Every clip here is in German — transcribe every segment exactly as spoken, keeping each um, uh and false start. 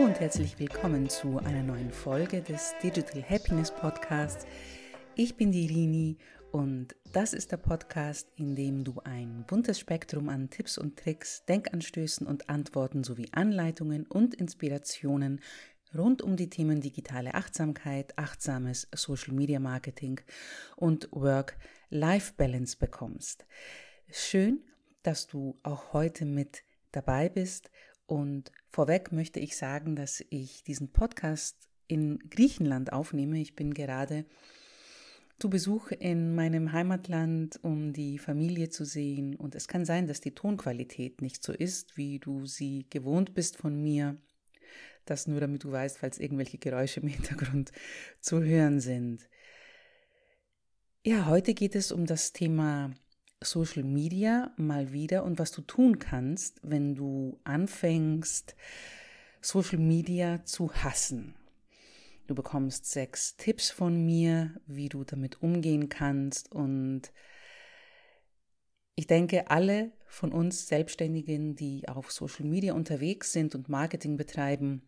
und herzlich willkommen zu einer neuen Folge des Digital Happiness Podcasts. Ich bin die Rini und das ist der Podcast, in dem du ein buntes Spektrum an Tipps und Tricks, Denkanstößen und Antworten sowie Anleitungen und Inspirationen rund um die Themen digitale Achtsamkeit, achtsames Social Media Marketing und Work-Life-Balance bekommst. Schön, dass du auch heute mit dabei bist. Und vorweg möchte ich sagen, dass ich diesen Podcast in Griechenland aufnehme. Ich bin gerade zu Besuch in meinem Heimatland, um die Familie zu sehen. Und es kann sein, dass die Tonqualität nicht so ist, wie du sie gewohnt bist von mir. Das nur, damit du weißt, falls irgendwelche Geräusche im Hintergrund zu hören sind. Ja, heute geht es um das Thema Social Media mal wieder und was du tun kannst, wenn du anfängst, Social Media zu hassen. Du bekommst sechs Tipps von mir, wie du damit umgehen kannst, und ich denke, alle von uns Selbstständigen, die auf Social Media unterwegs sind und Marketing betreiben,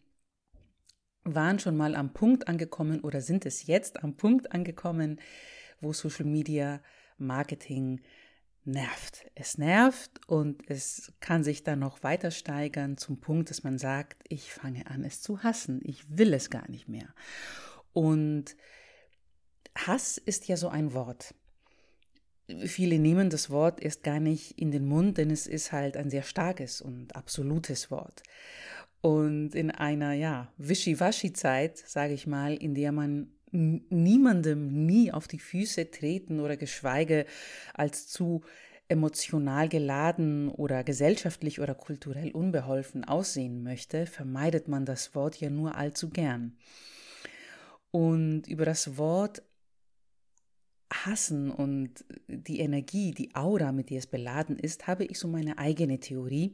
waren schon mal am Punkt angekommen oder sind es jetzt am Punkt angekommen, wo Social Media Marketing nervt. Es nervt und es kann sich dann noch weiter steigern zum Punkt, dass man sagt, ich fange an, es zu hassen. Ich will es gar nicht mehr. Und Hass ist ja so ein Wort. Viele nehmen das Wort erst gar nicht in den Mund, denn es ist halt ein sehr starkes und absolutes Wort. Und in einer, ja, Wischiwaschi-Zeit, sage ich mal, in der man n- niemandem nie auf die Füße treten oder geschweige als zu emotional geladen oder gesellschaftlich oder kulturell unbeholfen aussehen möchte, vermeidet man das Wort ja nur allzu gern. Und über das Wort Hassen und die Energie, die Aura, mit der es beladen ist, habe ich so meine eigene Theorie.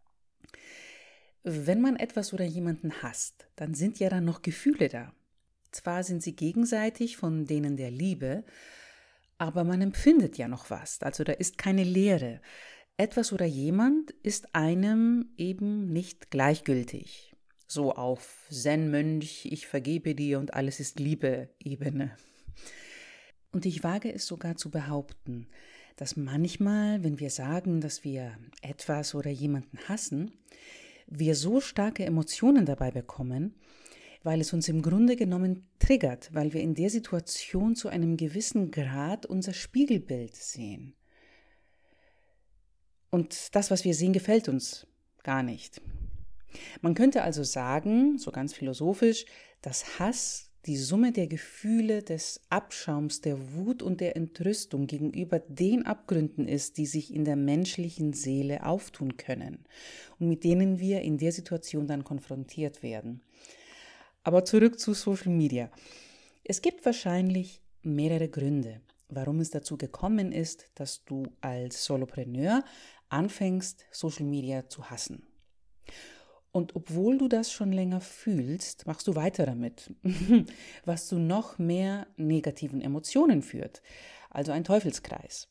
Wenn man etwas oder jemanden hasst, dann sind ja dann noch Gefühle da. Zwar sind sie gegenseitig von denen der Liebe, aber man empfindet ja noch was, also da ist keine Leere. Etwas oder jemand ist einem eben nicht gleichgültig. So auf Zen-Mönch, ich vergebe dir und alles ist Liebe-Ebene. Und ich wage es sogar zu behaupten, dass manchmal, wenn wir sagen, dass wir etwas oder jemanden hassen, wir so starke Emotionen dabei bekommen, weil es uns im Grunde genommen triggert, weil wir in der Situation zu einem gewissen Grad unser Spiegelbild sehen. Und das, was wir sehen, gefällt uns gar nicht. Man könnte also sagen, so ganz philosophisch, dass Hass die Summe der Gefühle, des Abschaums, der Wut und der Entrüstung gegenüber den Abgründen ist, die sich in der menschlichen Seele auftun können und mit denen wir in der Situation dann konfrontiert werden. Aber zurück zu Social Media. Es gibt wahrscheinlich mehrere Gründe, warum es dazu gekommen ist, dass du als Solopreneur anfängst, Social Media zu hassen. Und obwohl du das schon länger fühlst, machst du weiter damit, was zu noch mehr negativen Emotionen führt. Also ein Teufelskreis.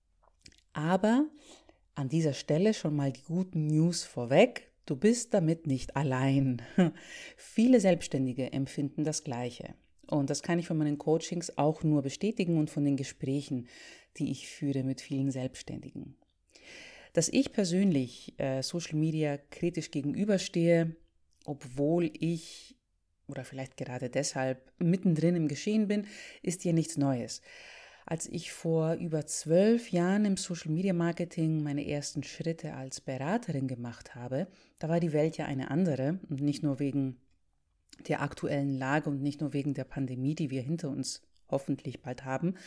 Aber an dieser Stelle schon mal die guten News vorweg. Du bist damit nicht allein. Viele Selbstständige empfinden das Gleiche. Und das kann ich von meinen Coachings auch nur bestätigen und von den Gesprächen, die ich führe mit vielen Selbstständigen. Dass ich persönlich äh, Social Media kritisch gegenüberstehe, obwohl ich oder vielleicht gerade deshalb mittendrin im Geschehen bin, ist ja nichts Neues. Als ich vor über zwölf Jahren im Social Media Marketing meine ersten Schritte als Beraterin gemacht habe, da war die Welt ja eine andere und nicht nur wegen der aktuellen Lage und nicht nur wegen der Pandemie, die wir hinter uns hoffentlich bald haben.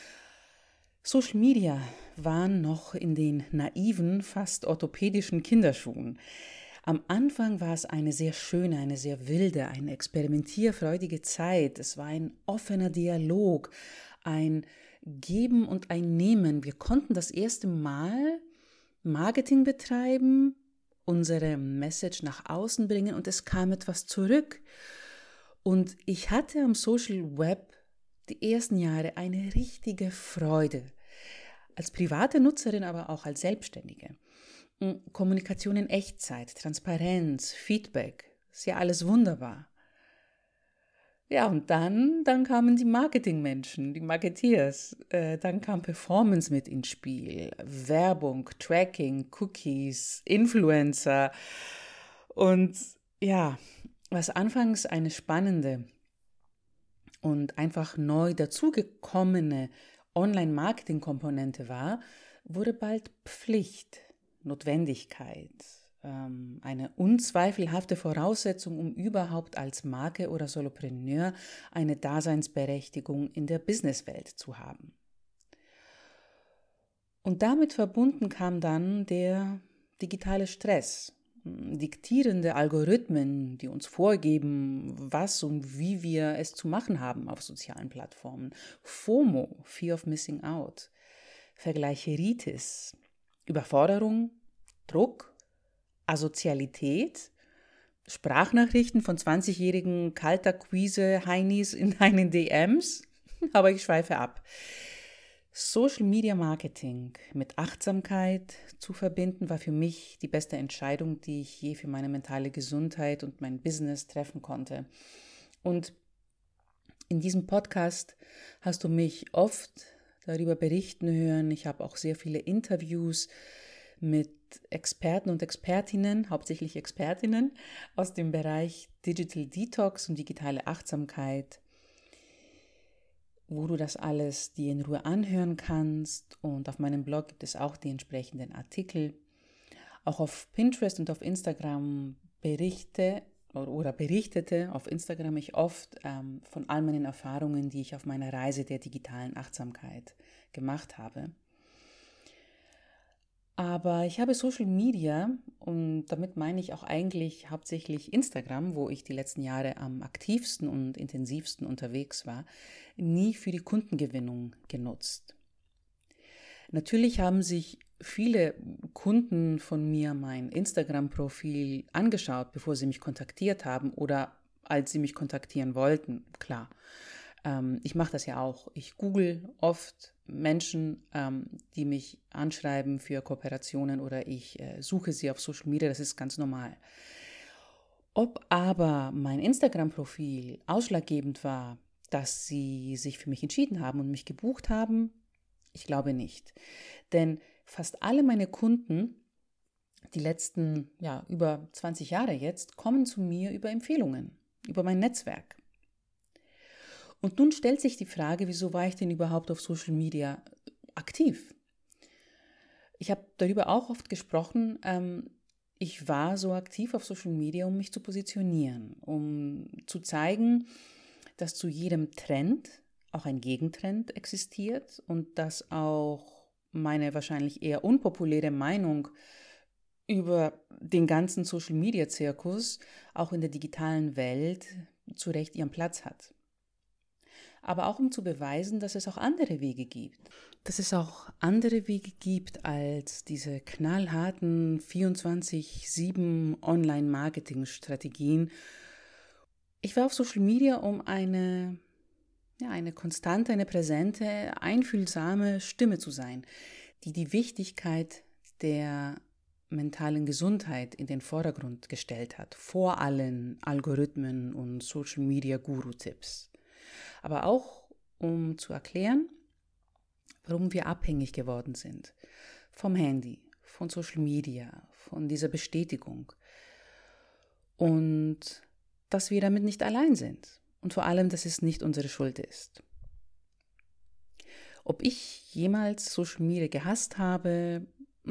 Social Media waren noch in den naiven, fast orthopädischen Kinderschuhen. Am Anfang war es eine sehr schöne, eine sehr wilde, eine experimentierfreudige Zeit. Es war ein offener Dialog, ein Geben und ein Nehmen. Wir konnten das erste Mal Marketing betreiben, unsere Message nach außen bringen und es kam etwas zurück. Und ich hatte am Social Web die ersten Jahre eine richtige Freude. Als private Nutzerin, aber auch als Selbstständige. Kommunikation in Echtzeit, Transparenz, Feedback, Ist ja alles wunderbar. Ja, und dann, dann kamen die Marketingmenschen, die Marketeers. Äh, dann kam Performance mit ins Spiel, Werbung, Tracking, Cookies, Influencer. Und ja, was anfangs eine spannende und einfach neu dazugekommene Online-Marketing-Komponente war, wurde bald Pflicht, Notwendigkeit. Eine unzweifelhafte Voraussetzung, um überhaupt als Marke oder Solopreneur eine Daseinsberechtigung in der Businesswelt zu haben. Und damit verbunden kam dann der digitale Stress, diktierende Algorithmen, die uns vorgeben, was und wie wir es zu machen haben auf sozialen Plattformen, FOMO, Fear of Missing Out, Vergleicheritis, Überforderung, Druck, Asozialität, Sprachnachrichten von zwanzigjährigen Kaltakquise-Heinis in deinen D Ms, aber ich schweife ab. Social Media Marketing mit Achtsamkeit zu verbinden, war für mich die beste Entscheidung, die ich je für meine mentale Gesundheit und mein Business treffen konnte. Und in diesem Podcast hast du mich oft darüber berichten hören. Ich habe auch sehr viele Interviews mit Experten und Expertinnen, hauptsächlich Expertinnen aus dem Bereich Digital Detox und digitale Achtsamkeit, wo du das alles dir in Ruhe anhören kannst. Und auf meinem Blog gibt es auch die entsprechenden Artikel. Auch auf Pinterest und auf Instagram berichte oder berichtete auf Instagram ich oft ähm, von all meinen Erfahrungen, die ich auf meiner Reise der digitalen Achtsamkeit gemacht habe. Aber ich habe Social Media, und damit meine ich auch eigentlich hauptsächlich Instagram, wo ich die letzten Jahre am aktivsten und intensivsten unterwegs war, nie für die Kundengewinnung genutzt. Natürlich haben sich viele Kunden von mir mein Instagram-Profil angeschaut, bevor sie mich kontaktiert haben oder als sie mich kontaktieren wollten, klar. Ähm, ich mache das ja auch. Ich google oft Menschen, ähm, die mich anschreiben für Kooperationen oder ich äh, suche sie auf Social Media, das ist ganz normal. Ob aber mein Instagram-Profil ausschlaggebend war, dass sie sich für mich entschieden haben und mich gebucht haben, ich glaube nicht. Denn fast alle meine Kunden, die letzten ja, über zwanzig Jahre jetzt, kommen zu mir über Empfehlungen, über mein Netzwerk. Und nun stellt sich die Frage, wieso war ich denn überhaupt auf Social Media aktiv? Ich habe darüber auch oft gesprochen. Ähm, ich war so aktiv auf Social Media, um mich zu positionieren, um zu zeigen, dass zu jedem Trend auch ein Gegentrend existiert und dass auch meine wahrscheinlich eher unpopuläre Meinung über den ganzen Social-Media-Zirkus auch in der digitalen Welt zu Recht ihren Platz hat. Aber auch um zu beweisen, dass es auch andere Wege gibt. Dass es auch andere Wege gibt als diese knallharten vierundzwanzig sieben Online-Marketing-Strategien. Ich war auf Social Media, um eine, ja, eine konstante, eine präsente, einfühlsame Stimme zu sein, die die Wichtigkeit der mentalen Gesundheit in den Vordergrund gestellt hat, vor allen Algorithmen und Social-Media-Guru-Tipps. Aber auch, um zu erklären, warum wir abhängig geworden sind vom Handy, von Social Media, von dieser Bestätigung und dass wir damit nicht allein sind und vor allem, dass es nicht unsere Schuld ist. Ob ich jemals Social Media gehasst habe,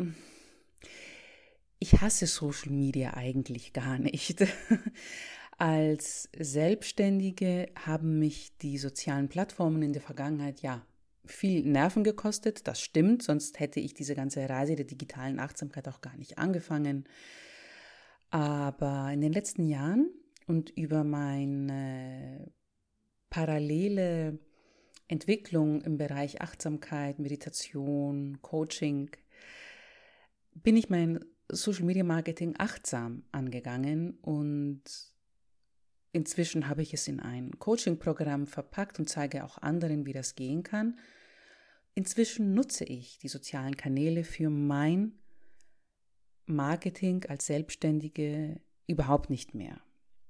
ich hasse Social Media eigentlich gar nicht. Als Selbstständige haben mich die sozialen Plattformen in der Vergangenheit ja viel Nerven gekostet, das stimmt, sonst hätte ich diese ganze Reise der digitalen Achtsamkeit auch gar nicht angefangen. Aber in den letzten Jahren und über meine parallele Entwicklung im Bereich Achtsamkeit, Meditation, Coaching, bin ich mein Social Media Marketing achtsam angegangen und inzwischen habe ich es in ein Coaching-Programm verpackt und zeige auch anderen, wie das gehen kann. Inzwischen nutze ich die sozialen Kanäle für mein Marketing als Selbstständige überhaupt nicht mehr.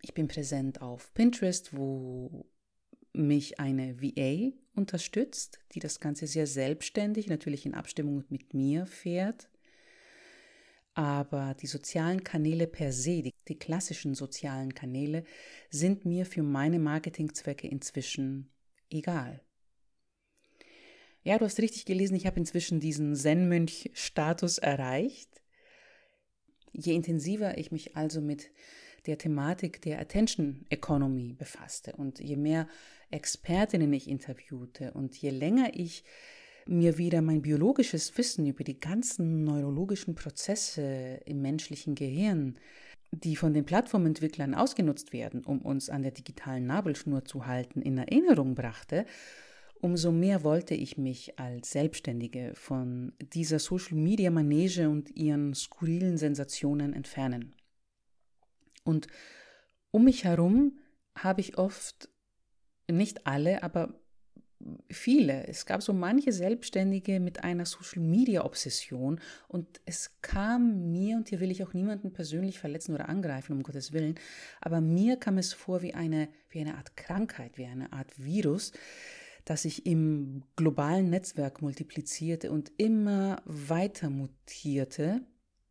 Ich bin präsent auf Pinterest, wo mich eine V A unterstützt, die das Ganze sehr selbstständig, natürlich in Abstimmung mit mir fährt. Aber die sozialen Kanäle per se, die, die klassischen sozialen Kanäle, sind mir für meine Marketingzwecke inzwischen egal. Ja, du hast richtig gelesen, ich habe inzwischen diesen Zen-Mönch-Status erreicht. Je intensiver ich mich also mit der Thematik der Attention Economy befasste und je mehr Expertinnen ich interviewte und je länger ich mir wieder mein biologisches Wissen über die ganzen neurologischen Prozesse im menschlichen Gehirn, die von den Plattformentwicklern ausgenutzt werden, um uns an der digitalen Nabelschnur zu halten, in Erinnerung brachte, umso mehr wollte ich mich als Selbstständige von dieser Social-Media-Manege und ihren skurrilen Sensationen entfernen. Und um mich herum habe ich oft, nicht alle, aber viele, es gab so manche Selbstständige mit einer Social-Media-Obsession und es kam mir, und hier will ich auch niemanden persönlich verletzen oder angreifen, um Gottes Willen, aber mir kam es vor wie eine, wie eine Art Krankheit, wie eine Art Virus, das sich im globalen Netzwerk multiplizierte und immer weiter mutierte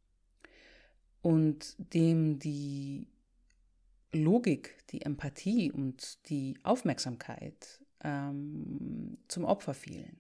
und dem die Logik, die Empathie und die Aufmerksamkeit ähm, zum Opfer fielen.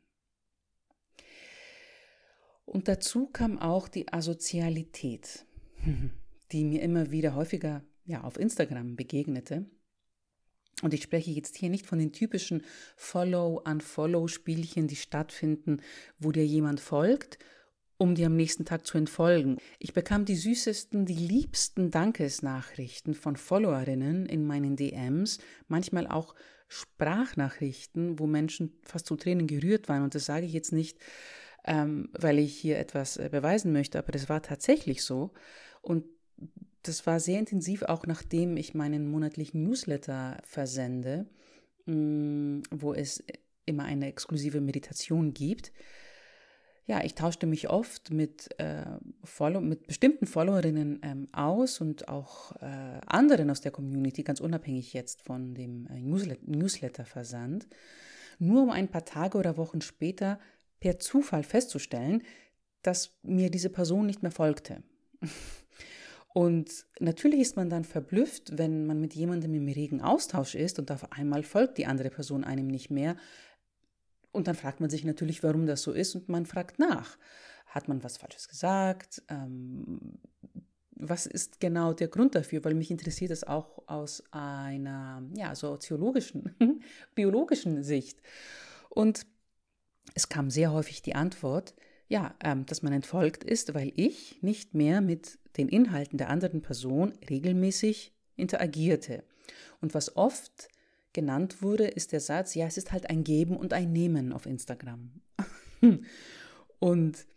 Und dazu kam auch die Asozialität, die mir immer wieder häufiger ja, auf Instagram begegnete. Und ich spreche jetzt hier nicht von den typischen Follow-Unfollow-Spielchen, die stattfinden, wo dir jemand folgt, um dir am nächsten Tag zu entfolgen. Ich bekam die süßesten, die liebsten Dankesnachrichten von Followerinnen in meinen D Ms, manchmal auch Sprachnachrichten, wo Menschen fast zu Tränen gerührt waren. Und das sage ich jetzt nicht, ähm, weil ich hier etwas äh, beweisen möchte, aber das war tatsächlich so. Und das war sehr intensiv, auch nachdem ich meinen monatlichen Newsletter versende, mh, wo es immer eine exklusive Meditation gibt. Ja, ich tauschte mich oft mit, äh, Follow- mit bestimmten Followerinnen ähm, aus und auch äh, anderen aus der Community, ganz unabhängig jetzt von dem äh, Newslet- Newsletter-Versand, nur um ein paar Tage oder Wochen später per Zufall festzustellen, dass mir diese Person nicht mehr folgte. Und natürlich ist man dann verblüfft, wenn man mit jemandem im regen Austausch ist und auf einmal folgt die andere Person einem nicht mehr. Und dann fragt man sich natürlich, warum das so ist, und man fragt nach. Hat man was Falsches gesagt? Ähm, was ist genau der Grund dafür? Weil mich interessiert es auch aus einer ja, soziologischen, biologischen Sicht. Und es kam sehr häufig die Antwort, ja, ähm, dass man entfolgt ist, weil ich nicht mehr mit den Inhalten der anderen Person regelmäßig interagierte. Und was oft genannt wurde, ist der Satz, ja, es ist halt ein Geben und ein Nehmen auf Instagram. Und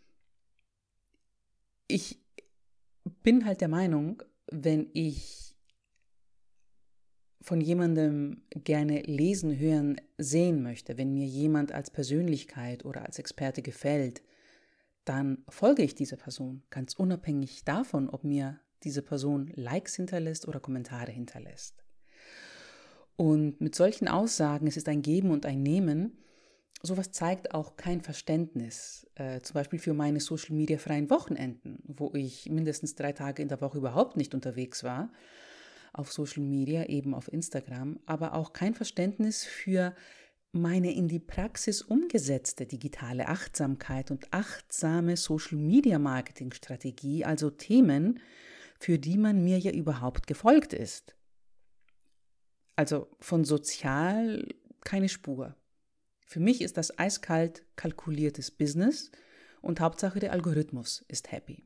ich bin halt der Meinung, wenn ich von jemandem gerne lesen, hören, sehen möchte, wenn mir jemand als Persönlichkeit oder als Experte gefällt, dann folge ich dieser Person, ganz unabhängig davon, ob mir diese Person Likes hinterlässt oder Kommentare hinterlässt. Und mit solchen Aussagen, es ist ein Geben und ein Nehmen, sowas zeigt auch kein Verständnis, äh, zum Beispiel für meine Social-Media-freien Wochenenden, wo ich mindestens drei Tage in der Woche überhaupt nicht unterwegs war, auf Social Media, eben auf Instagram, aber auch kein Verständnis für meine in die Praxis umgesetzte digitale Achtsamkeit und achtsame Social-Media-Marketing-Strategie, also Themen, für die man mir ja überhaupt gefolgt ist. Also von sozial keine Spur. Für mich ist das eiskalt kalkuliertes Business und Hauptsache der Algorithmus ist happy.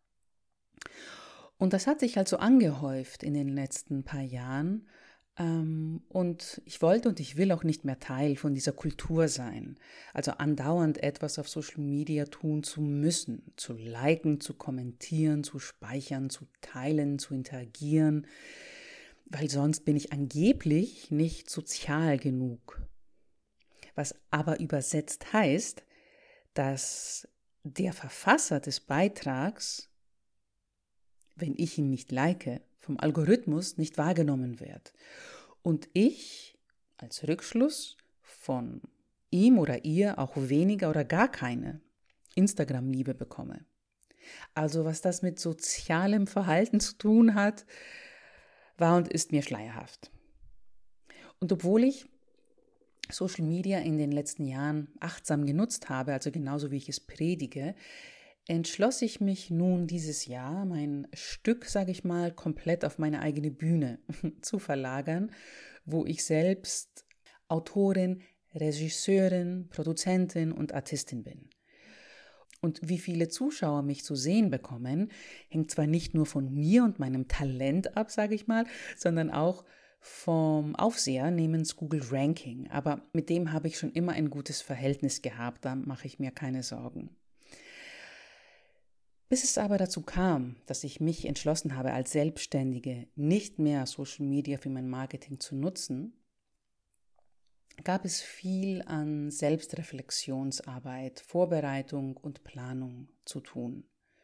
Und das hat sich halt so angehäuft in den letzten paar Jahren. Ähm, und ich wollte und ich will auch nicht mehr Teil von dieser Kultur sein. Also andauernd etwas auf Social Media tun zu müssen, zu liken, zu kommentieren, zu speichern, zu teilen, zu interagieren, weil sonst bin ich angeblich nicht sozial genug. Was aber übersetzt heißt, dass der Verfasser des Beitrags, wenn ich ihn nicht like, vom Algorithmus nicht wahrgenommen wird. Und ich als Rückschluss von ihm oder ihr auch weniger oder gar keine Instagram-Liebe bekomme. Also was das mit sozialem Verhalten zu tun hat, war und ist mir schleierhaft. Und obwohl ich Social Media in den letzten Jahren achtsam genutzt habe, also genauso wie ich es predige, entschloss ich mich nun dieses Jahr, mein Stück, sage ich mal, komplett auf meine eigene Bühne zu verlagern, wo ich selbst Autorin, Regisseurin, Produzentin und Artistin bin. Und wie viele Zuschauer mich zu sehen bekommen, hängt zwar nicht nur von mir und meinem Talent ab, sage ich mal, sondern auch vom Aufseher namens Google Ranking. Aber mit dem habe ich schon immer ein gutes Verhältnis gehabt, da mache ich mir keine Sorgen. Bis es aber dazu kam, dass ich mich entschlossen habe, als Selbstständige nicht mehr Social Media für mein Marketing zu nutzen, gab es viel an Selbstreflexionsarbeit, Vorbereitung und Planung zu tun.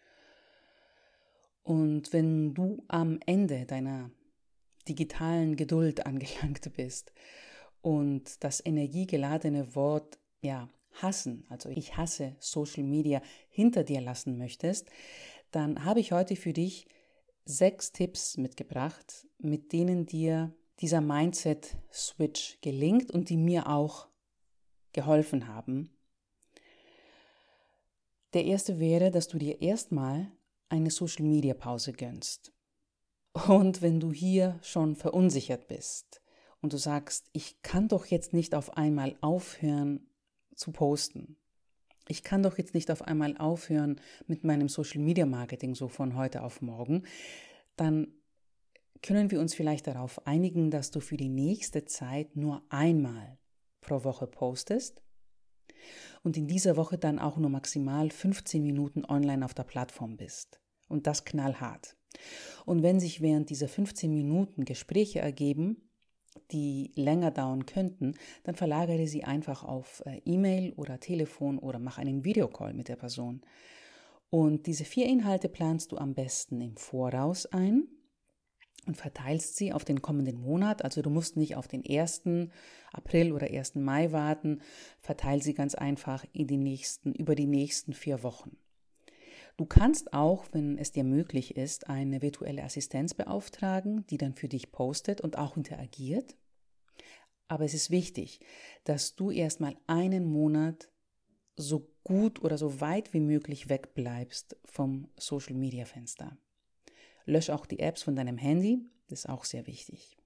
Und wenn du am Ende deiner digitalen Geduld angelangt bist und das energiegeladene Wort, ja, hassen, also ich hasse Social Media, hinter dir lassen möchtest, dann habe ich heute für dich sechs Tipps mitgebracht, mit denen dir dieser Mindset-Switch gelingt und die mir auch geholfen haben. Der erste wäre, dass du dir erstmal eine Social-Media-Pause gönnst. Und wenn du hier schon verunsichert bist und du sagst, ich kann doch jetzt nicht auf einmal aufhören zu posten. Ich kann doch jetzt nicht auf einmal aufhören mit meinem Social-Media-Marketing so von heute auf morgen, dann können wir uns vielleicht darauf einigen, dass du für die nächste Zeit nur einmal pro Woche postest und in dieser Woche dann auch nur maximal fünfzehn Minuten online auf der Plattform bist. Und das knallhart. Und wenn sich während dieser fünfzehn Minuten Gespräche ergeben, die länger dauern könnten, dann verlagere sie einfach auf E-Mail oder Telefon oder mach einen Videocall mit der Person. Und diese vier Inhalte planst du am besten im Voraus ein und verteilst sie auf den kommenden Monat. Also du musst nicht auf den ersten April oder ersten Mai warten, verteil sie ganz einfach in die nächsten, über die nächsten vier Wochen. Du kannst auch, wenn es dir möglich ist, eine virtuelle Assistenz beauftragen, die dann für dich postet und auch interagiert. Aber es ist wichtig, dass du erstmal einen Monat so gut oder so weit wie möglich wegbleibst vom Social-Media-Fenster. Lösch auch die Apps von deinem Handy, das ist auch sehr wichtig.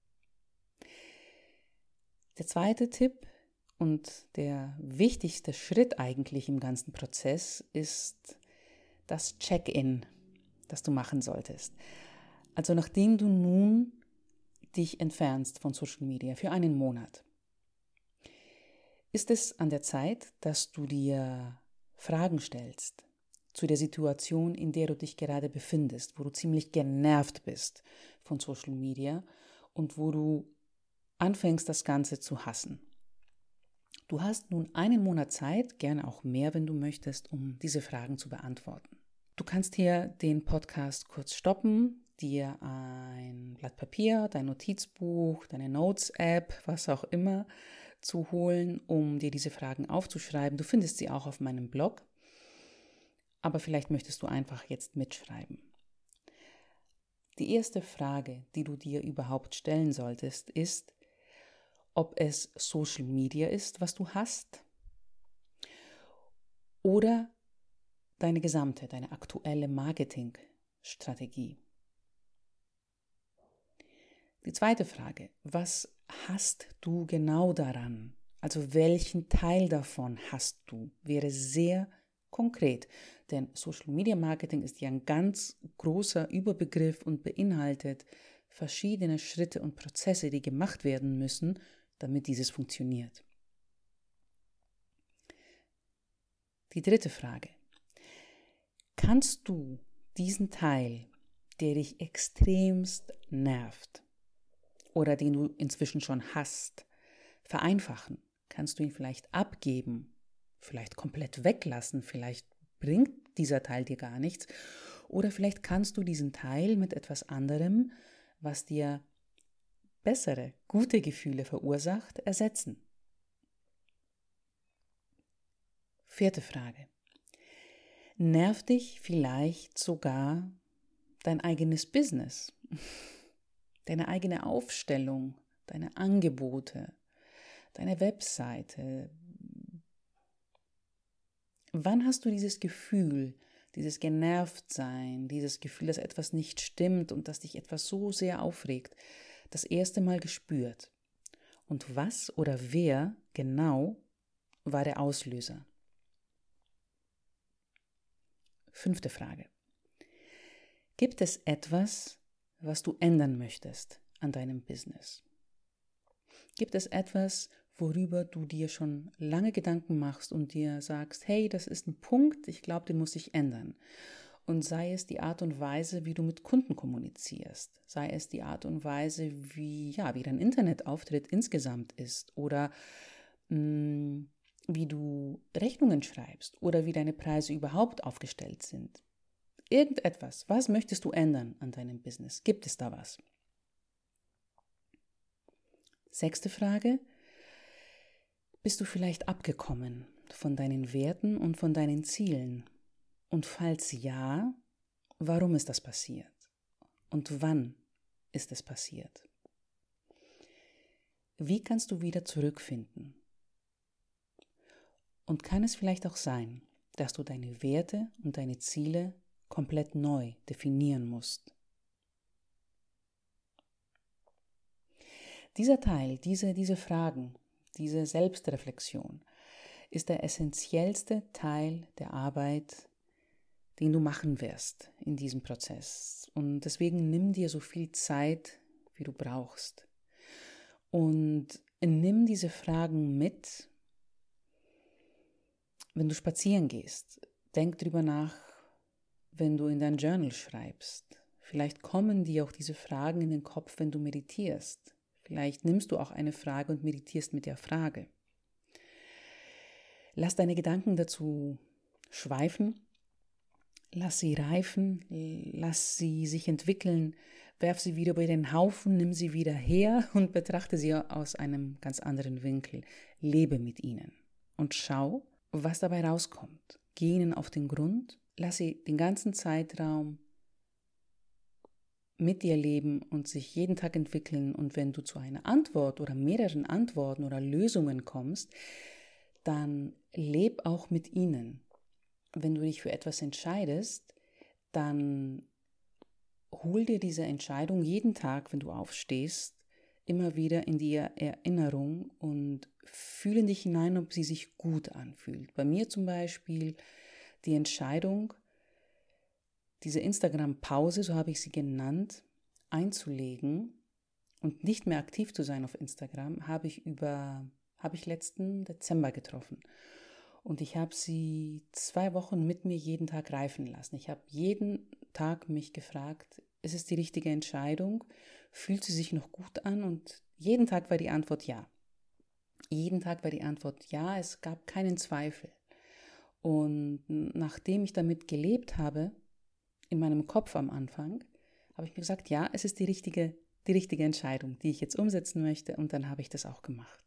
Der zweite Tipp und der wichtigste Schritt eigentlich im ganzen Prozess ist das Check-in, das du machen solltest. Also nachdem du nun dich entfernst von Social Media für einen Monat, ist es an der Zeit, dass du dir Fragen stellst zu der Situation, in der du dich gerade befindest, wo du ziemlich genervt bist von Social Media und wo du anfängst, das Ganze zu hassen. Du hast nun einen Monat Zeit, gerne auch mehr, wenn du möchtest, um diese Fragen zu beantworten. Du kannst hier den Podcast kurz stoppen, dir ein Blatt Papier, dein Notizbuch, deine Notes-App, was auch immer, zu holen, um dir diese Fragen aufzuschreiben. Du findest sie auch auf meinem Blog, aber vielleicht möchtest du einfach jetzt mitschreiben. Die erste Frage, die du dir überhaupt stellen solltest, ist, ob es Social Media ist, was du hast, oder deine gesamte, deine aktuelle Marketingstrategie. Die zweite Frage, was hast du genau daran? Also welchen Teil davon hast du? Wäre sehr konkret, denn Social Media Marketing ist ja ein ganz großer Überbegriff und beinhaltet verschiedene Schritte und Prozesse, die gemacht werden müssen, damit dieses funktioniert. Die dritte Frage. Kannst du diesen Teil, der dich extremst nervt oder den du inzwischen schon hast, vereinfachen? Kannst du ihn vielleicht abgeben, vielleicht komplett weglassen, vielleicht bringt dieser Teil dir gar nichts? Oder vielleicht kannst du diesen Teil mit etwas anderem, was dir bessere, gute Gefühle verursacht, ersetzen. Vierte Frage. Nervt dich vielleicht sogar dein eigenes Business, deine eigene Aufstellung, deine Angebote, deine Webseite? Wann hast du dieses Gefühl, dieses Genervtsein, dieses Gefühl, dass etwas nicht stimmt und dass dich etwas so sehr aufregt, das erste Mal gespürt? Und was oder wer genau war der Auslöser? Fünfte Frage. Gibt es etwas, was du ändern möchtest an deinem Business? Gibt es etwas, worüber du dir schon lange Gedanken machst und dir sagst, hey, das ist ein Punkt, ich glaube, den muss ich ändern. Und sei es die Art und Weise, wie du mit Kunden kommunizierst, sei es die Art und Weise, wie, ja, wie dein Internetauftritt insgesamt ist oder mh, wie du Rechnungen schreibst oder wie deine Preise überhaupt aufgestellt sind. Irgendetwas, was möchtest du ändern an deinem Business? Gibt es da was? Sechste Frage. Bist du vielleicht abgekommen von deinen Werten und von deinen Zielen? Und falls ja, warum ist das passiert? Und wann ist es passiert? Wie kannst du wieder zurückfinden? Und kann es vielleicht auch sein, dass du deine Werte und deine Ziele komplett neu definieren musst? Dieser Teil, diese, diese Fragen, diese Selbstreflexion ist der essentiellste Teil der Arbeit, den du machen wirst in diesem Prozess. Und deswegen nimm dir so viel Zeit, wie du brauchst. Und nimm diese Fragen mit, wenn du spazieren gehst. Denk drüber nach, wenn du in dein Journal schreibst. Vielleicht kommen dir auch diese Fragen in den Kopf, wenn du meditierst. Vielleicht nimmst du auch eine Frage und meditierst mit der Frage. Lass deine Gedanken dazu schweifen, lass sie reifen, lass sie sich entwickeln, werf sie wieder über den Haufen, nimm sie wieder her und betrachte sie aus einem ganz anderen Winkel. Lebe mit ihnen und schau, was dabei rauskommt. Geh ihnen auf den Grund, lass sie den ganzen Zeitraum mit dir leben und sich jeden Tag entwickeln. Und wenn du zu einer Antwort oder mehreren Antworten oder Lösungen kommst, dann leb auch mit ihnen. Wenn du dich für etwas entscheidest, dann hol dir diese Entscheidung jeden Tag, wenn du aufstehst, immer wieder in die Erinnerung und fühle dich hinein, ob sie sich gut anfühlt. Bei mir zum Beispiel die Entscheidung, diese Instagram-Pause, so habe ich sie genannt, einzulegen und nicht mehr aktiv zu sein auf Instagram, habe ich über, habe ich letzten Dezember getroffen. Und ich habe sie zwei Wochen mit mir jeden Tag reifen lassen. Ich habe jeden Tag mich gefragt, ist es die richtige Entscheidung? Fühlt sie sich noch gut an? Und jeden Tag war die Antwort ja. Jeden Tag war die Antwort ja, es gab keinen Zweifel. Und nachdem ich damit gelebt habe, in meinem Kopf am Anfang, habe ich mir gesagt, ja, es ist die richtige, die richtige Entscheidung, die ich jetzt umsetzen möchte, und dann habe ich das auch gemacht.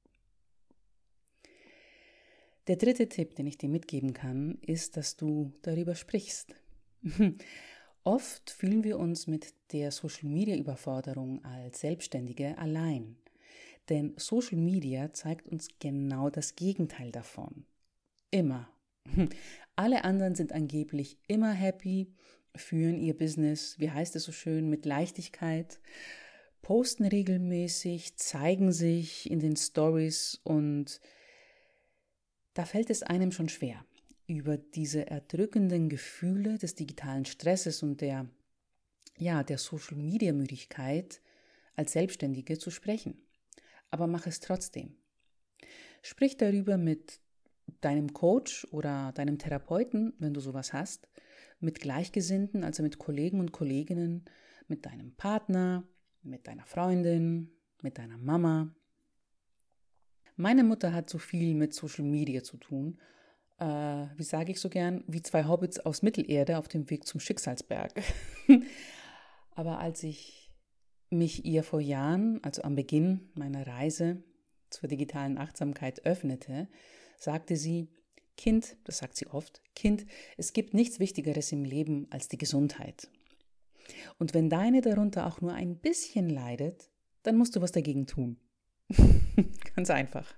Der dritte Tipp, den ich dir mitgeben kann, ist, dass du darüber sprichst. Oft fühlen wir uns mit der Social-Media-Überforderung als Selbstständige allein, denn Social Media zeigt uns genau das Gegenteil davon. Immer. Alle anderen sind angeblich immer happy, führen ihr Business, wie heißt es so schön, mit Leichtigkeit, posten regelmäßig, zeigen sich in den Stories, und da fällt es einem schon schwer, über diese erdrückenden Gefühle des digitalen Stresses und der, ja, der Social-Media-Müdigkeit als Selbstständige zu sprechen. Aber mach es trotzdem. Sprich darüber mit deinem Coach oder deinem Therapeuten, wenn du sowas hast, mit Gleichgesinnten, also mit Kollegen und Kolleginnen, mit deinem Partner, mit deiner Freundin, mit deiner Mama. Meine Mutter hat so viel mit Social Media zu tun äh, wie sage ich so gern, wie zwei Hobbits aus Mittelerde auf dem Weg zum Schicksalsberg. Aber als ich mich ihr vor Jahren, also am Beginn meiner Reise zur digitalen Achtsamkeit öffnete, sagte sie: Kind, das sagt sie oft, Kind, es gibt nichts Wichtigeres im Leben als die Gesundheit. Und wenn deine darunter auch nur ein bisschen leidet, dann musst du was dagegen tun. Ganz einfach.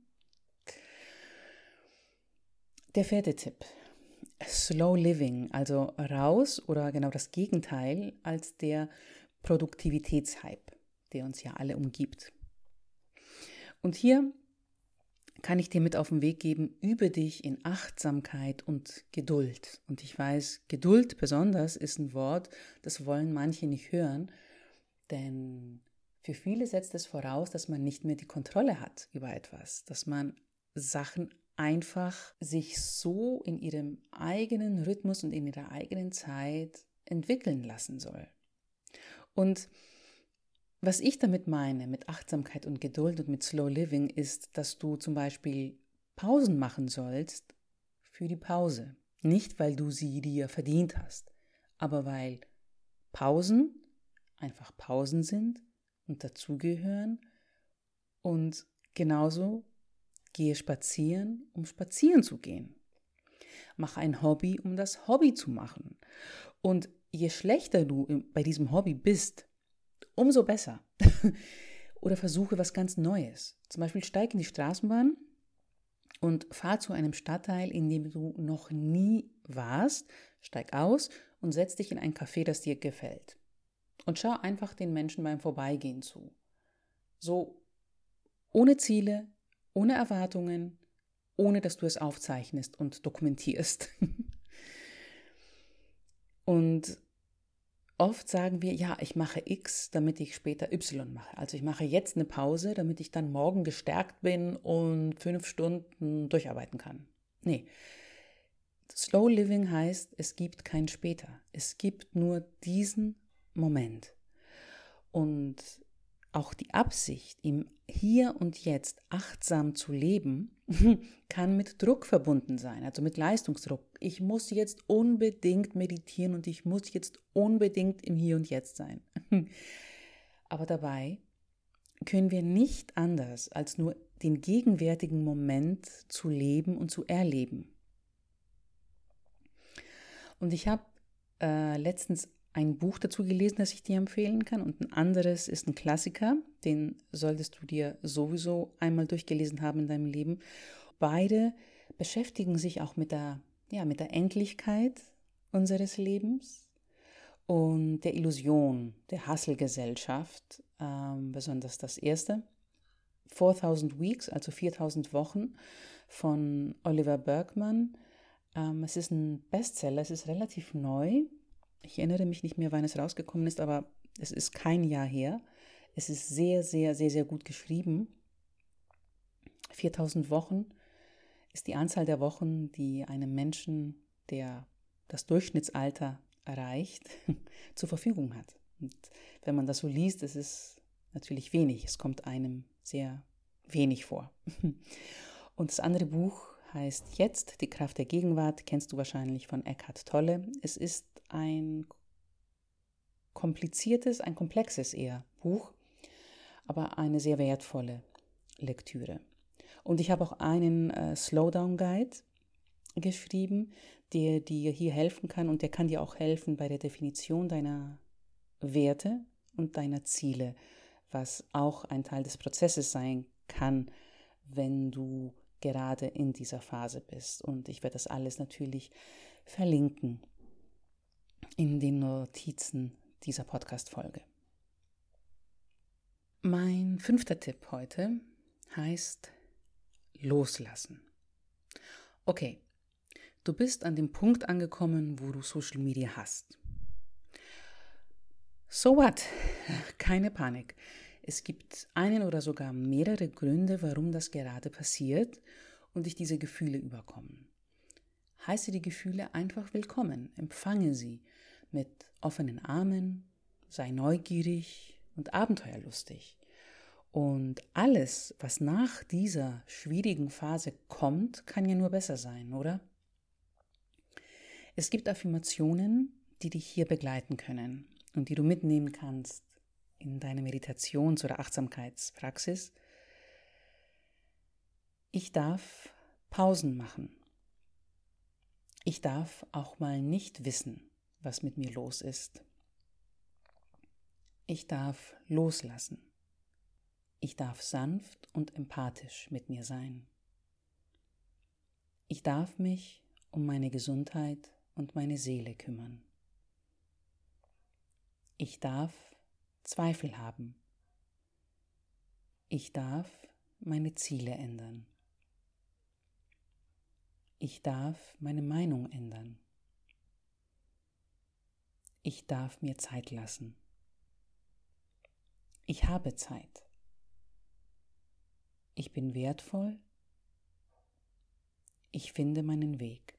Der vierte Tipp. Slow Living, also raus oder genau das Gegenteil als der Produktivitätshype, der uns ja alle umgibt. Und hier kann ich dir mit auf den Weg geben, übe dich in Achtsamkeit und Geduld. Und ich weiß, Geduld besonders ist ein Wort, das wollen manche nicht hören, denn für viele setzt es voraus, dass man nicht mehr die Kontrolle hat über etwas, dass man Sachen einfach sich so in ihrem eigenen Rhythmus und in ihrer eigenen Zeit entwickeln lassen soll. Und was ich damit meine, mit Achtsamkeit und Geduld und mit Slow Living, ist, dass du zum Beispiel Pausen machen sollst für die Pause. Nicht, weil du sie dir verdient hast, aber weil Pausen einfach Pausen sind und dazugehören. Und genauso gehe spazieren, um spazieren zu gehen. Mach ein Hobby, um das Hobby zu machen. Und je schlechter du bei diesem Hobby bist, umso besser. Oder versuche was ganz Neues. Zum Beispiel steig in die Straßenbahn und fahr zu einem Stadtteil, in dem du noch nie warst. Steig aus und setz dich in ein Café, das dir gefällt. Und schau einfach den Menschen beim Vorbeigehen zu. So ohne Ziele, ohne Erwartungen, ohne dass du es aufzeichnest und dokumentierst. Und oft sagen wir, ja, ich mache X, damit ich später Y mache. Also ich mache jetzt eine Pause, damit ich dann morgen gestärkt bin und fünf Stunden durcharbeiten kann. Nee, Slow Living heißt, es gibt kein später. Es gibt nur diesen Moment. Und auch die Absicht, im Hier und Jetzt achtsam zu leben, kann mit Druck verbunden sein, also mit Leistungsdruck. Ich muss jetzt unbedingt meditieren und ich muss jetzt unbedingt im Hier und Jetzt sein. Aber dabei können wir nicht anders, als nur den gegenwärtigen Moment zu leben und zu erleben. Und ich habe äh, letztens ein Buch dazu gelesen, das ich dir empfehlen kann, und ein anderes ist ein Klassiker, den solltest du dir sowieso einmal durchgelesen haben in deinem Leben. Beide beschäftigen sich auch mit der, ja, mit der Endlichkeit unseres Lebens und der Illusion der Hustle-Gesellschaft, ähm, besonders das erste. viertausend Weeks, also viertausend Wochen von Oliver Burkeman. Ähm, es ist ein Bestseller, es ist relativ neu. Ich erinnere mich nicht mehr, wann es rausgekommen ist, aber es ist kein Jahr her. Es ist sehr, sehr, sehr, sehr gut geschrieben. viertausend Wochen ist die Anzahl der Wochen, die einem Menschen, der das Durchschnittsalter erreicht, zur Verfügung hat. Und wenn man das so liest, ist es natürlich wenig. Es kommt einem sehr wenig vor. Und das andere Buch heißt Jetzt, die Kraft der Gegenwart, kennst du wahrscheinlich von Eckhart Tolle. Es ist ein kompliziertes, ein komplexes eher Buch, aber eine sehr wertvolle Lektüre. Und ich habe auch einen äh, Slowdown-Guide geschrieben, der dir hier helfen kann, und der kann dir auch helfen bei der Definition deiner Werte und deiner Ziele, was auch ein Teil des Prozesses sein kann, wenn du gerade in dieser Phase bist. Und ich werde das alles natürlich verlinken in den Notizen dieser Podcast-Folge. Mein fünfter Tipp heute heißt Loslassen. Okay, du bist an dem Punkt angekommen, wo du Social Media hast. So what? Keine Panik. Es gibt einen oder sogar mehrere Gründe, warum das gerade passiert und dich diese Gefühle überkommen. Heiße die Gefühle einfach willkommen, empfange sie mit offenen Armen, sei neugierig und abenteuerlustig. Und alles, was nach dieser schwierigen Phase kommt, kann ja nur besser sein, oder? Es gibt Affirmationen, die dich hier begleiten können und die du mitnehmen kannst in deine Meditations- oder Achtsamkeitspraxis. Ich darf Pausen machen. Ich darf auch mal nicht wissen, was mit mir los ist. Ich darf loslassen. Ich darf sanft und empathisch mit mir sein. Ich darf mich um meine Gesundheit und meine Seele kümmern. Ich darf Zweifel haben. Ich darf meine Ziele ändern. Ich darf meine Meinung ändern. Ich darf mir Zeit lassen. Ich habe Zeit. Ich bin wertvoll. Ich finde meinen Weg.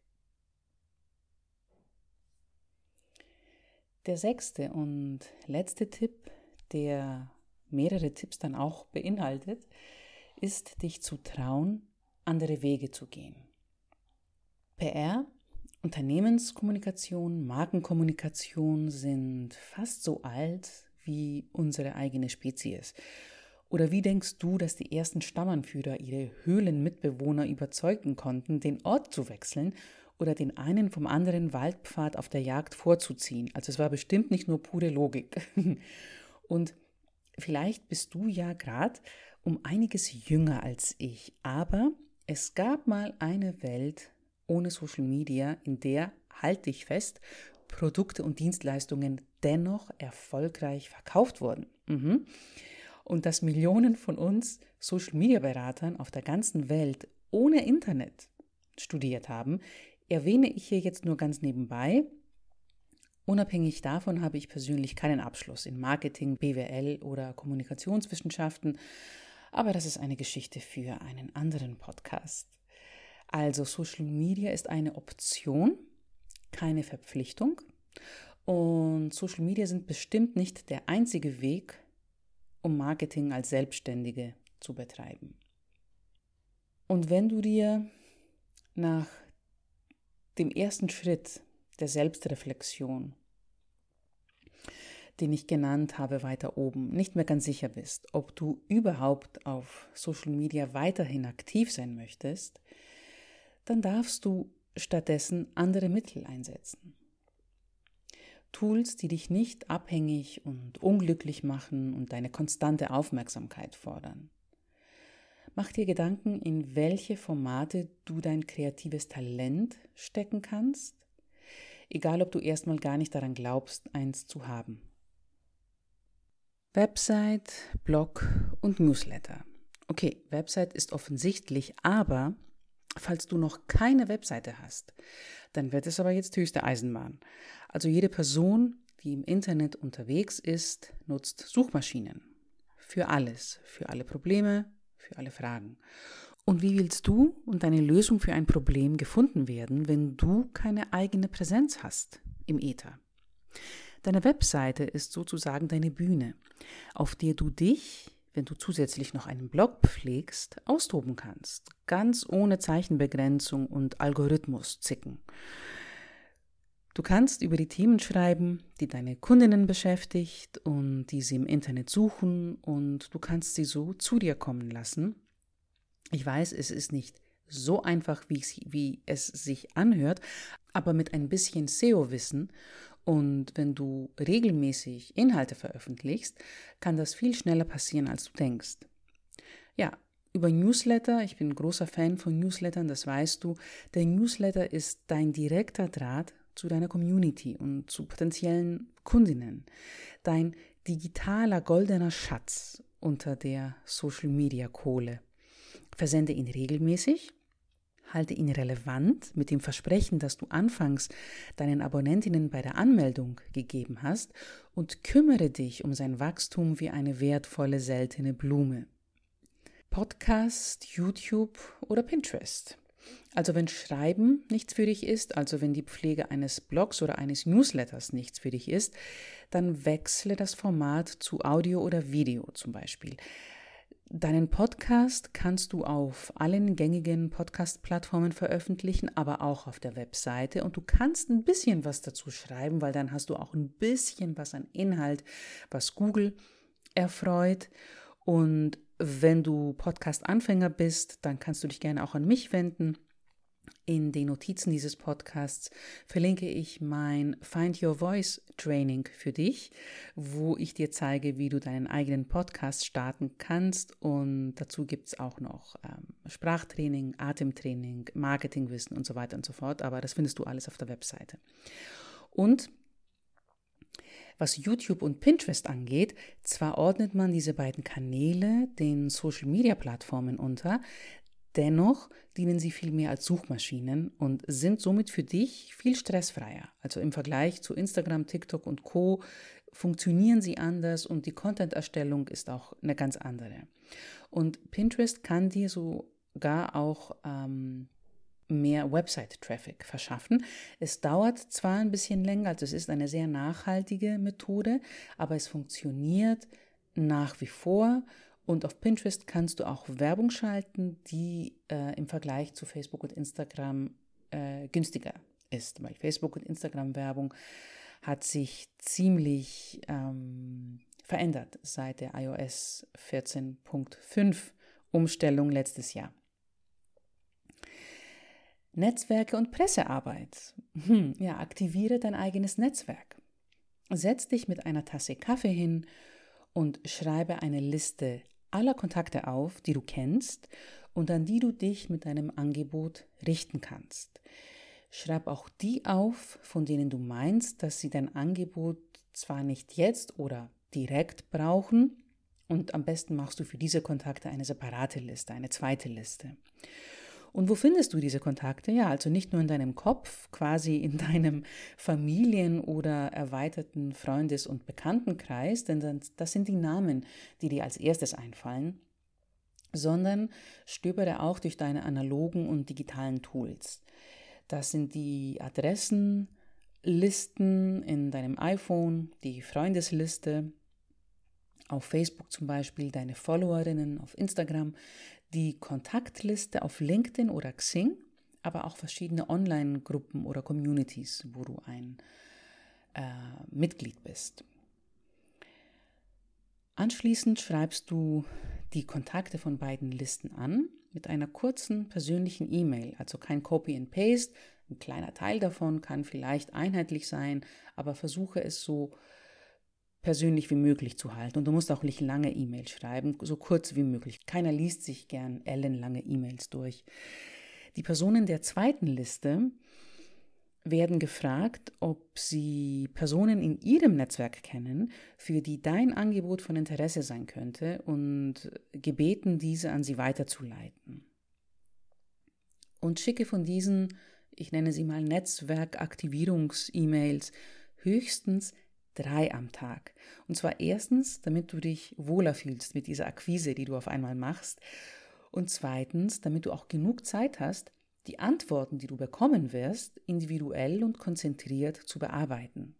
Der sechste und letzte Tipp, der mehrere Tipps dann auch beinhaltet, ist, dich zu trauen, andere Wege zu gehen. P R, Unternehmenskommunikation, Markenkommunikation sind fast so alt wie unsere eigene Spezies. Oder wie denkst du, dass die ersten Stammanführer ihre Höhlenmitbewohner überzeugen konnten, den Ort zu wechseln oder den einen vom anderen Waldpfad auf der Jagd vorzuziehen? Also es war bestimmt nicht nur pure Logik. Und vielleicht bist du ja gerade um einiges jünger als ich, aber es gab mal eine Welt ohne Social Media, in der, halt dich fest, Produkte und Dienstleistungen dennoch erfolgreich verkauft wurden. Mhm. Und dass Millionen von uns Social-Media-Beratern auf der ganzen Welt ohne Internet studiert haben, erwähne ich hier jetzt nur ganz nebenbei. Unabhängig davon habe ich persönlich keinen Abschluss in Marketing, B W L oder Kommunikationswissenschaften, aber das ist eine Geschichte für einen anderen Podcast. Also Social Media ist eine Option, keine Verpflichtung, und Social Media sind bestimmt nicht der einzige Weg, um Marketing als Selbstständige zu betreiben. Und wenn du dir nach dem ersten Schritt der Selbstreflexion, den ich genannt habe weiter oben, nicht mehr ganz sicher bist, ob du überhaupt auf Social Media weiterhin aktiv sein möchtest, dann darfst du stattdessen andere Mittel einsetzen. Tools, die dich nicht abhängig und unglücklich machen und deine konstante Aufmerksamkeit fordern. Mach dir Gedanken, in welche Formate du dein kreatives Talent stecken kannst, egal ob du erstmal gar nicht daran glaubst, eins zu haben. Website, Blog und Newsletter. Okay, Website ist offensichtlich, aber falls du noch keine Webseite hast, dann wird es aber jetzt höchste Eisenbahn. Also jede Person, die im Internet unterwegs ist, nutzt Suchmaschinen. Für alles, für alle Probleme, für alle Fragen. Und wie willst du und deine Lösung für ein Problem gefunden werden, wenn du keine eigene Präsenz hast im Äther? Deine Webseite ist sozusagen deine Bühne, auf der du dich, wenn du zusätzlich noch einen Blog pflegst, austoben kannst, ganz ohne Zeichenbegrenzung und Algorithmus-Zicken. Du kannst über die Themen schreiben, die deine Kundinnen beschäftigt und die sie im Internet suchen, und du kannst sie so zu dir kommen lassen. Ich weiß, es ist nicht so einfach, wie es, wie es sich anhört, aber mit ein bisschen S E O-Wissen und wenn du regelmäßig Inhalte veröffentlichst, kann das viel schneller passieren, als du denkst. Ja, über Newsletter, ich bin ein großer Fan von Newslettern, das weißt du. Der Newsletter ist dein direkter Draht zu deiner Community und zu potenziellen Kundinnen. Dein digitaler goldener Schatz unter der Social-Media-Kohle. Versende ihn regelmäßig, halte ihn relevant mit dem Versprechen, das du anfangs deinen Abonnentinnen bei der Anmeldung gegeben hast, und kümmere dich um sein Wachstum wie eine wertvolle, seltene Blume. Podcast, YouTube oder Pinterest. Also wenn Schreiben nichts für dich ist, also wenn die Pflege eines Blogs oder eines Newsletters nichts für dich ist, dann wechsle das Format zu Audio oder Video zum Beispiel. Deinen Podcast kannst du auf allen gängigen Podcast-Plattformen veröffentlichen, aber auch auf der Webseite. Und du kannst ein bisschen was dazu schreiben, weil dann hast du auch ein bisschen was an Inhalt, was Google erfreut. Und wenn du Podcast-Anfänger bist, dann kannst du dich gerne auch an mich wenden. In den Notizen dieses Podcasts verlinke ich mein Find Your Voice Training für dich, wo ich dir zeige, wie du deinen eigenen Podcast starten kannst. Und dazu gibt es auch noch ähm, Sprachtraining, Atemtraining, Marketingwissen und so weiter und so fort. Aber das findest du alles auf der Webseite. Und was YouTube und Pinterest angeht, zwar ordnet man diese beiden Kanäle den Social-Media-Plattformen unter, dennoch dienen sie viel mehr als Suchmaschinen und sind somit für dich viel stressfreier. Also im Vergleich zu Instagram, TikTok und Co. funktionieren sie anders und die Content-Erstellung ist auch eine ganz andere. Und Pinterest kann dir sogar auch ähm, mehr Website-Traffic verschaffen. Es dauert zwar ein bisschen länger, also es ist eine sehr nachhaltige Methode, aber es funktioniert nach wie vor. Und auf Pinterest kannst du auch Werbung schalten, die äh, im Vergleich zu Facebook und Instagram äh, günstiger ist. Weil Facebook und Instagram-Werbung hat sich ziemlich ähm, verändert seit der i O S vierzehn Punkt fünf Umstellung letztes Jahr. Netzwerke und Pressearbeit. Hm, ja, aktiviere dein eigenes Netzwerk. Setz dich mit einer Tasse Kaffee hin und schreibe eine Liste aller Kontakte auf, die du kennst und an die du dich mit deinem Angebot richten kannst. Schreib auch die auf, von denen du meinst, dass sie dein Angebot zwar nicht jetzt oder direkt brauchen, und am besten machst du für diese Kontakte eine separate Liste, eine zweite Liste. Und wo findest du diese Kontakte? Ja, also nicht nur in deinem Kopf, quasi in deinem Familien- oder erweiterten Freundes- und Bekanntenkreis, denn das sind die Namen, die dir als erstes einfallen, sondern stöbere auch durch deine analogen und digitalen Tools. Das sind die Adressenlisten in deinem iPhone, die Freundesliste, auf Facebook zum Beispiel, deine Followerinnen auf Instagram, die Kontaktliste auf LinkedIn oder Xing, aber auch verschiedene Online-Gruppen oder Communities, wo du ein äh, Mitglied bist. Anschließend schreibst du die Kontakte von beiden Listen an mit einer kurzen persönlichen E-Mail, also kein Copy and Paste. Ein kleiner Teil davon kann vielleicht einheitlich sein, aber versuche es so persönlich wie möglich zu halten. Und du musst auch nicht lange E-Mails schreiben, so kurz wie möglich. Keiner liest sich gern ellenlange E-Mails durch. Die Personen der zweiten Liste werden gefragt, ob sie Personen in ihrem Netzwerk kennen, für die dein Angebot von Interesse sein könnte, und gebeten, diese an sie weiterzuleiten. Und schicke von diesen, ich nenne sie mal Netzwerkaktivierungs-E-Mails, höchstens drei am Tag. Und zwar erstens, damit du dich wohler fühlst mit dieser Akquise, die du auf einmal machst. Und zweitens, damit du auch genug Zeit hast, die Antworten, die du bekommen wirst, individuell und konzentriert zu bearbeiten.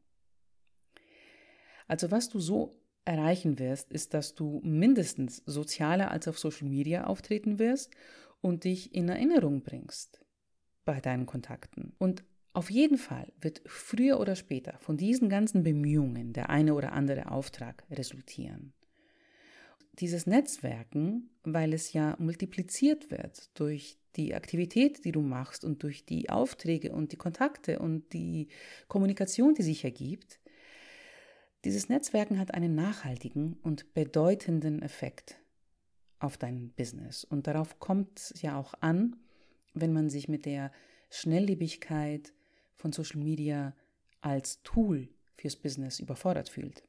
Also was du so erreichen wirst, ist, dass du mindestens sozialer als auf Social Media auftreten wirst und dich in Erinnerung bringst bei deinen Kontakten. Und auf jeden Fall wird früher oder später von diesen ganzen Bemühungen der eine oder andere Auftrag resultieren. Dieses Netzwerken, weil es ja multipliziert wird durch die Aktivität, die du machst und durch die Aufträge und die Kontakte und die Kommunikation, die sich ergibt, dieses Netzwerken hat einen nachhaltigen und bedeutenden Effekt auf dein Business. Und darauf kommt es ja auch an, wenn man sich mit der Schnelllebigkeit von Social Media als Tool fürs Business überfordert fühlt.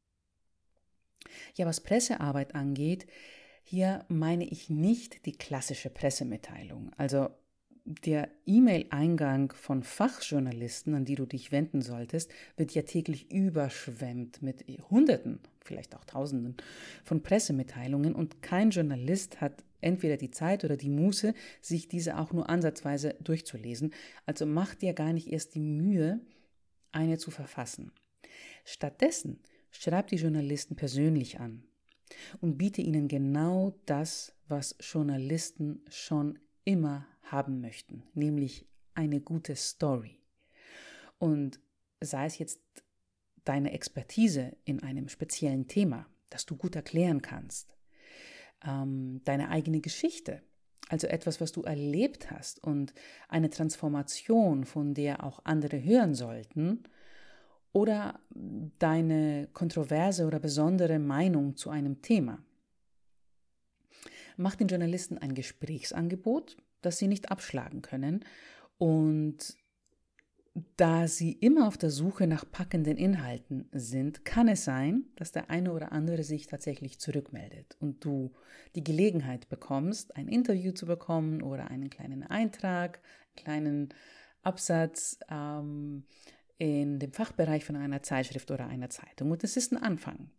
Ja, was Pressearbeit angeht, hier meine ich nicht die klassische Pressemitteilung. Also der E-Mail-Eingang von Fachjournalisten, an die du dich wenden solltest, wird ja täglich überschwemmt mit Hunderten, vielleicht auch Tausenden von Pressemitteilungen, und kein Journalist hat entweder die Zeit oder die Muße, sich diese auch nur ansatzweise durchzulesen. Also mach dir gar nicht erst die Mühe, eine zu verfassen. Stattdessen schreib die Journalisten persönlich an. und biete ihnen genau das, was Journalisten schon immer haben möchten, nämlich eine gute Story. Und sei es jetzt deine Expertise in einem speziellen Thema, das du gut erklären kannst, ähm, deine eigene Geschichte, also etwas, was du erlebt hast und eine Transformation, von der auch andere hören sollten, oder deine kontroverse oder besondere Meinung zu einem Thema. Mach den Journalisten ein Gesprächsangebot, das sie nicht abschlagen können, und da sie immer auf der Suche nach packenden Inhalten sind, kann es sein, dass der eine oder andere sich tatsächlich zurückmeldet und du die Gelegenheit bekommst, ein Interview zu bekommen oder einen kleinen Eintrag, einen kleinen Absatz ähm, in dem Fachbereich von einer Zeitschrift oder einer Zeitung. Und das ist ein Anfang.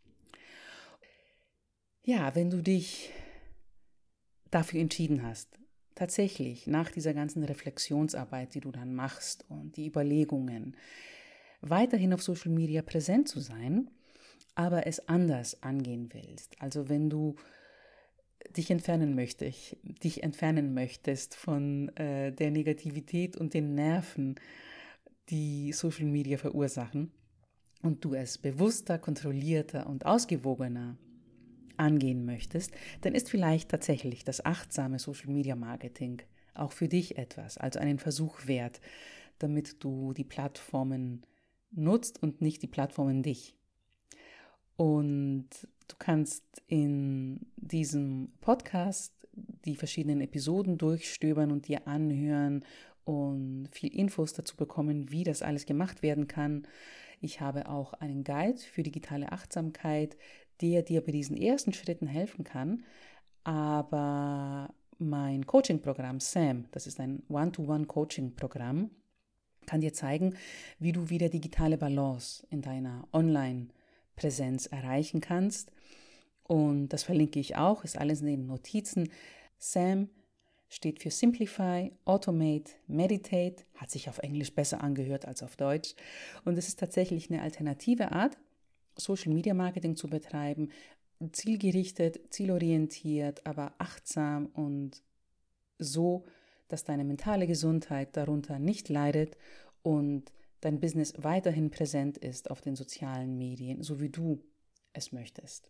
Ja, wenn du dich dafür entschieden hast, tatsächlich nach dieser ganzen Reflexionsarbeit, die du dann machst und die Überlegungen, weiterhin auf Social Media präsent zu sein, aber es anders angehen willst. Also wenn du dich entfernen möchtest, dich entfernen möchtest von äh, der Negativität und den Nerven, die Social Media verursachen, und du es bewusster, kontrollierter und ausgewogener angehen möchtest, dann ist vielleicht tatsächlich das achtsame Social Media Marketing auch für dich etwas, also einen Versuch wert, damit du die Plattformen nutzt und nicht die Plattformen dich. Und du kannst in diesem Podcast die verschiedenen Episoden durchstöbern und dir anhören und viel Infos dazu bekommen, wie das alles gemacht werden kann. Ich habe auch einen Guide für digitale Achtsamkeit, der dir bei diesen ersten Schritten helfen kann. Aber mein Coaching-Programm Sam, das ist ein One-to-One-Coaching-Programm, kann dir zeigen, wie du wieder digitale Balance in deiner Online-Präsenz erreichen kannst. Und das verlinke ich auch, ist alles in den Notizen. Sam steht für Simplify, Automate, Meditate, hat sich auf Englisch besser angehört als auf Deutsch. Und es ist tatsächlich eine alternative Art, Social Media Marketing zu betreiben, zielgerichtet, zielorientiert, aber achtsam und so, dass deine mentale Gesundheit darunter nicht leidet und dein Business weiterhin präsent ist auf den sozialen Medien, so wie du es möchtest.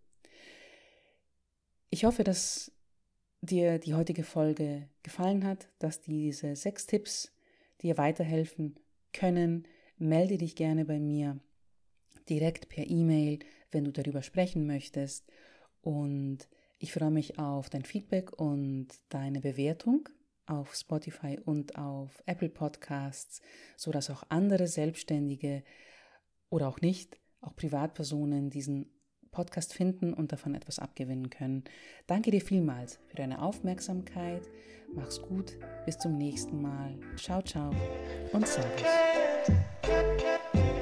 Ich hoffe, dass dir die heutige Folge gefallen hat, dass diese sechs Tipps dir weiterhelfen können. Melde dich gerne bei mir direkt per E-Mail, wenn du darüber sprechen möchtest. Und ich freue mich auf dein Feedback und deine Bewertung auf Spotify und auf Apple Podcasts, sodass auch andere Selbstständige oder auch nicht, auch Privatpersonen diesen Podcast finden und davon etwas abgewinnen können. Danke dir vielmals für deine Aufmerksamkeit. Mach's gut, bis zum nächsten Mal. Ciao, ciao und Servus.